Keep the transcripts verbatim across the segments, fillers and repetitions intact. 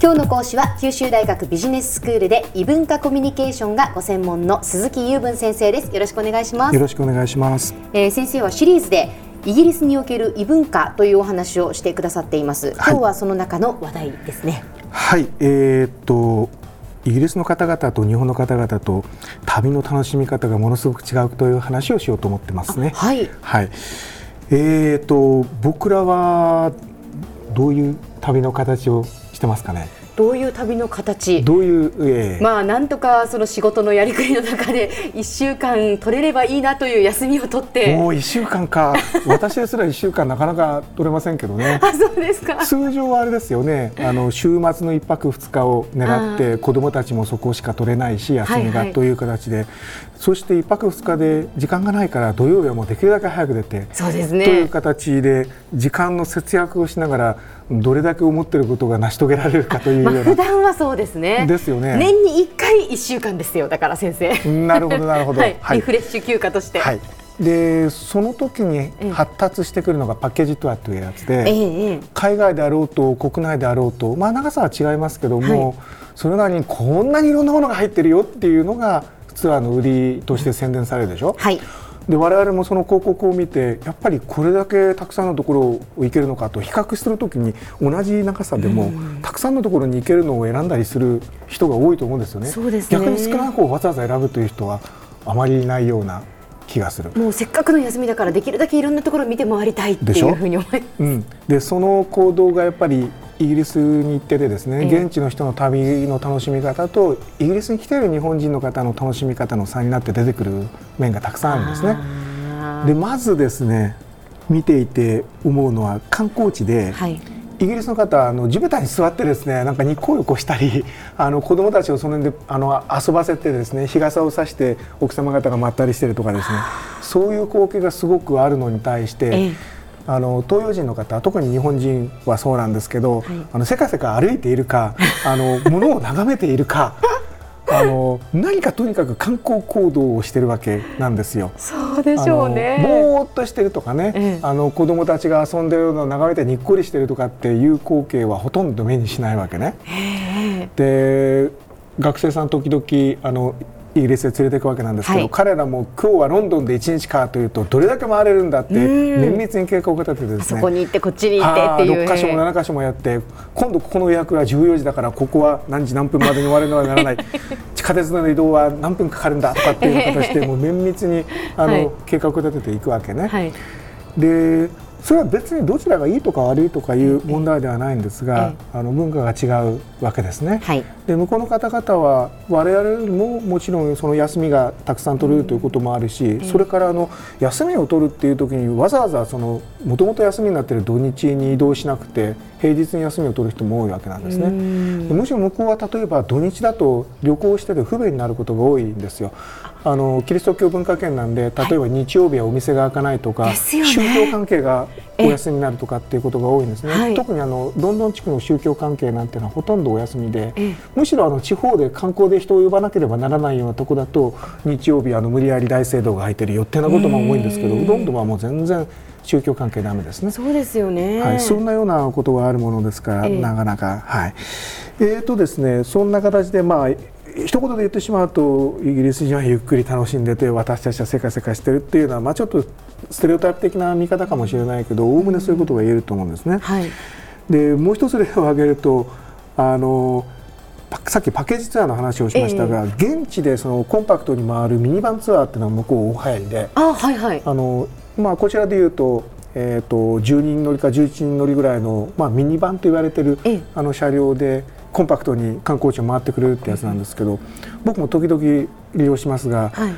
今日の講師は九州大学ビジネススクールで異文化コミュニケーションがご専門の鈴木雄文先生です。よろしくお願いします。 よろしくお願いします。 えー、先生はシリーズでイギリスにおける異文化というお話をしてくださっています。今日はその中の話題ですね。 はい、えー、っとイギリスの方々と日本の方々と旅の楽しみ方がものすごく違うという話をしようと思ってますね。 はい、はい、 えー、っと僕らはどういう旅の形をしてますかね。 どういう旅の形、 どういう、えー、 まあなんとかその仕事のやりくりの中でいっしゅうかん取れればいいなという休みを取って。 もういっしゅうかんか私ですらいっしゅうかんなかなか取れませんけどね。 あ、そうですか。 通常はあれですよね、あの週末のいっぱくふつかを狙って子どもたちもそこしか取れないし休みがという形で、はいはい、そしていっぱくふつかで時間がないから土曜日はもうできるだけ早く出て、 そうですね、 という形で時間の節約をしながらどれだけ思っていることが成し遂げられるかというような、まあ、 普段はそうですね。 ですよね。 年にいっかいいっしゅうかんですよ。だから先生。 なるほどなるほど、 はいはい、リフレッシュ休暇として、はい、 でその時に発達してくるのがパッケージツアーというやつで、 ええ、 海外であろうと国内であろうと、まあ、長さは違いますけども、はい、それなりにこんなにいろんなものが入ってるよっていうのがツアーの売りとして宣伝されるでしょ。はい、で我々もその広告を見てやっぱりこれだけたくさんのところを行けるのかと比較するときに同じ長さでもたくさんのところに行けるのを選んだりする人が多いと思うんですよね。 そうですね。 逆に少ない方をわざわざ選ぶという人はあまりいないような気がする。 もうせっかくの休みだからできるだけいろんなところを見て回りたいっていうふうに思います。 うん、でその行動がやっぱりイギリスに行っててですね、現地の人の旅の楽しみ方とイギリスに来ている日本人の方の楽しみ方の差になって出てくる面がたくさんあるんですね。でまずですね、見ていて思うのは観光地で、はい、イギリスの方はあの地べたに座ってですね、なんか日光浴をしたりあの子どもたちをその辺であの遊ばせてですね、日傘を差して奥様方がまったりしてるとかですね、そういう光景がすごくあるのに対して、ええ、あの東洋人の方、特に日本人はそうなんですけど、はい、あのせかせか歩いているかあの物を眺めているかあの何かとにかく観光行動をしてるわけなんですよ。 そうでしょうね。 ぼーっとしてるとかね、ええ、あの子供たちが遊んでるのを眺めてにっこりしてるとかっていう光景はほとんど目にしないわけね。で学生さん時々あのイギリスへ連れていくわけなんですけど、はい、彼らも今日はロンドンでいちにちかというとどれだけ回れるんだって綿密に計画を立ててですね、 そこに行ってこっちに行ってっていうろっかしょもななかしょもやって、今度ここの予約がじゅうよじだからここは何時何分までに終わるのはならない地下鉄の移動は何分かかるんだとかっていう形でもう綿密にあの、はい、計画を立てていくわけね。はい、でそれは別にどちらがいいとか悪いとかいう問題ではないんですが、あの文化が違うわけですね。はい、で向こうの方々は我々ももちろんその休みがたくさん取れるということもあるし、うん、それからあの休みを取るっていう時にわざわざそのもともと休みになっている土日に移動しなくて平日に休みを取る人も多いわけなんですね。でむしろ向こうは例えば土日だと旅行してて不便になることが多いんですよ。あのキリスト教文化圏なんで、例えば日曜日はお店が開かないとか、はい、宗教関係がお休みになるとかっていうことが多いんですね。はい、特にあのロンドン地区の宗教関係なんていうのはほとんどお休みで、むしろあの地方で観光で人を呼ばなければならないようなとこだと日曜日あの無理やり大聖堂が入ってるよってなことも多いんですけど、ロンドンはもう全然宗教関係ダメですね。 そうですよね。 はい、そんなようなことがあるものですから、えー、なかなか、はい、えーとですね、そんな形でまあ一言で言ってしまうとイギリス人はゆっくり楽しんでて私たちはせかせかしてるっていうのは、まあ、ちょっとステレオタイプ的な見方かもしれないけどおおむねそういうことが言えると思うんですね。はい、でもう一つ例を挙げるとあのさっきパッケージツアーの話をしましたが、えー、現地でそのコンパクトに回るミニバンツアーっていうのは向こう大流行りで、あ、はいはい、あのまあ、こちらでいうと、えー、とじゅうにん乗りかじゅういちにん乗りぐらいの、まあ、ミニバンと言われてる、えー、あの車両でコンパクトに観光地を回ってくれるってやつなんですけど、僕も時々利用しますが、はい、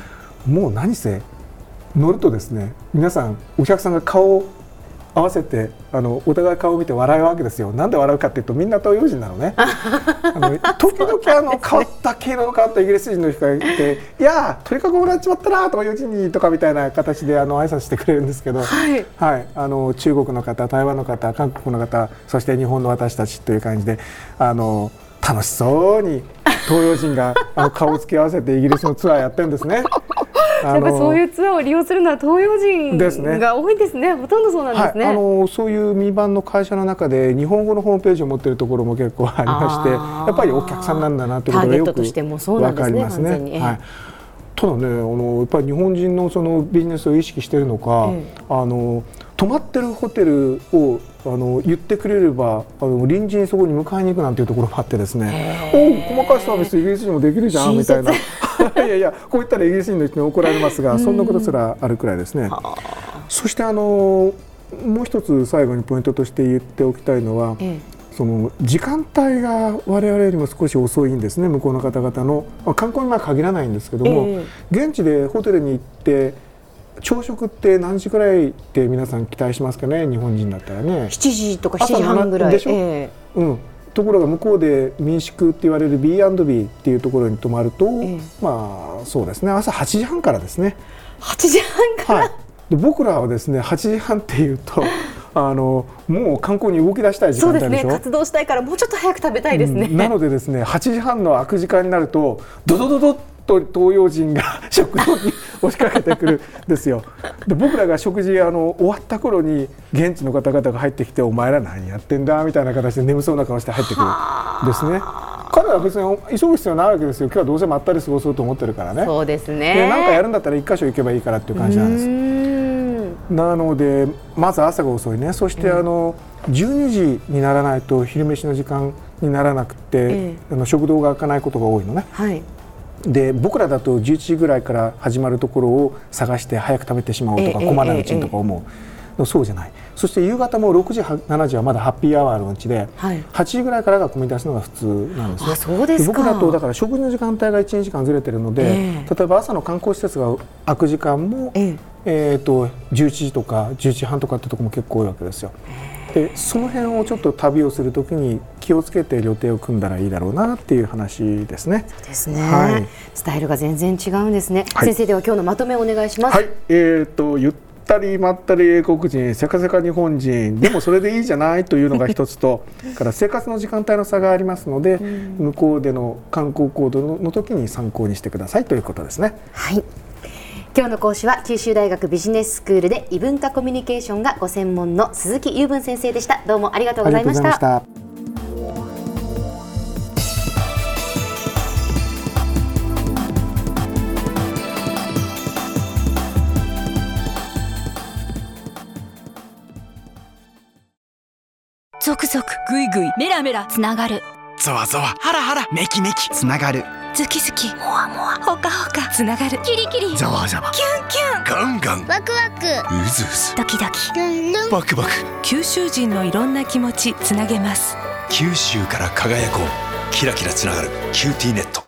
もう何せ乗るとですね、皆さんお客さんが顔を合わせてあのお互い顔を見て笑うわけですよ。なんで笑うかっていうとみんな東洋人なのね。あの時々あの変わった毛色の変わったイギリス人の人がいて「いやー鳥かごもらっちまったな東洋人に」とかみたいな形であの挨拶してくれるんですけど、はいはい、あの中国の方、台湾の方、韓国の方、そして日本の私たちという感じであの楽しそうに東洋人があの顔を付け合わせてイギリスのツアーやってるんですね。 やっぱそういうツアーを利用するのは東洋人が多いんですね。ほとんどそうなんですね。 はい、あのそういう民番の会社の中で日本語のホームページを持っているところも結構ありまして、やっぱりお客さんなんだなということがよく分かりますね。はい、ただね、あのやっぱり日本人のそのビジネスを意識しているのか、ええ、あの泊まってるホテルをあの言ってくれればあの隣人そこに迎えに行くなんていうところもあってですね、おお細かいサービスイギリス人もできるじゃんみたいな。いやいやこう言ったらイギリス人の人に怒られますが、そんなことすらあるくらいですね。そしてあのもう一つ最後にポイントとして言っておきたいのは、ええ、その時間帯が我々よりも少し遅いんですね。向こうの方々の、まあ、観光には限らないんですけども、ええ、現地でホテルに行って朝食って何時くらいって皆さん期待しますかね。日本人だったらねしちじとかしちじはんぐらいでしょ、えーうん、ところが向こうで民宿って言われる ビーアンドビー っていうところに泊まると、えー、まあそうですね、朝はちじはんからですね。 はちじはんから、はい、 で僕らはですねはちじはんっていうとあのもう観光に動き出したい時間帯でしょ。そうですね、 活動したいからもうちょっと早く食べたいですね、 うん、なのでですねはちじはんの空く時間になるとドドドドッと東洋人が食堂に押しかけてくるんですよ。で僕らが食事あの終わった頃に現地の方々が入ってきて、お前ら何やってんだみたいな形で眠そうな顔して入ってくるんですね。彼は別に急ぐ必要ないわけですよ。今日はどうせまったり過ごそうと思ってるからね。 そうですね。 で何かやるんだったら一箇所行けばいいからっていう感じなんです。なのでまず朝が遅いね。そしてあの、うん、じゅうにじにならないと昼飯の時間にならなくて、ええ、あの食堂が開かないことが多いのね。はい、で僕らだとじゅういちじぐらいから始まるところを探して早く食べてしまおうとか、ええ、困らぬうちにとか思う、ええ、そうじゃない。そして夕方もろくじしちじはまだハッピーアワーのうちで、はい、はちじぐらいからが混み出すのが普通なんですね。 あ、そうですか。 僕らとだから食事の時間帯がいちにちかんずれてるので、ええ、例えば朝の観光施設が開く時間も、えええー、とじゅういちじとかじゅういちじはんとかってところも結構多いわけですよ。でその辺をちょっと旅をするときに気をつけて予定を組んだらいいだろうなっていう話ですね。 そうですね、はい、スタイルが全然違うんですね、はい、先生では今日のまとめをお願いします。 はい、えー、とゆったりまったり英国人、せかせか日本人でもそれでいいじゃないというのが一つとから生活の時間帯の差がありますので、向こうでの観光行動の時に参考にしてくださいということですね。 はい、今日の講師は九州大学ビジネススクールで異文化コミュニケーションがご専門の鈴木雄文先生でした。どうもありがとうございました。 ゾクゾクグイグイメラメラつながる、 ゾワゾワハラハラメキメキつながる、 ズキズキモワモワホカホカつながる、キリキリザワザワキュンキュンガンガンワクワクうずうずドキドキルンルンバクバク、 九州人のいろんな気持ちつなげます。 九州から輝こう、キラキラつながるキューティーネット。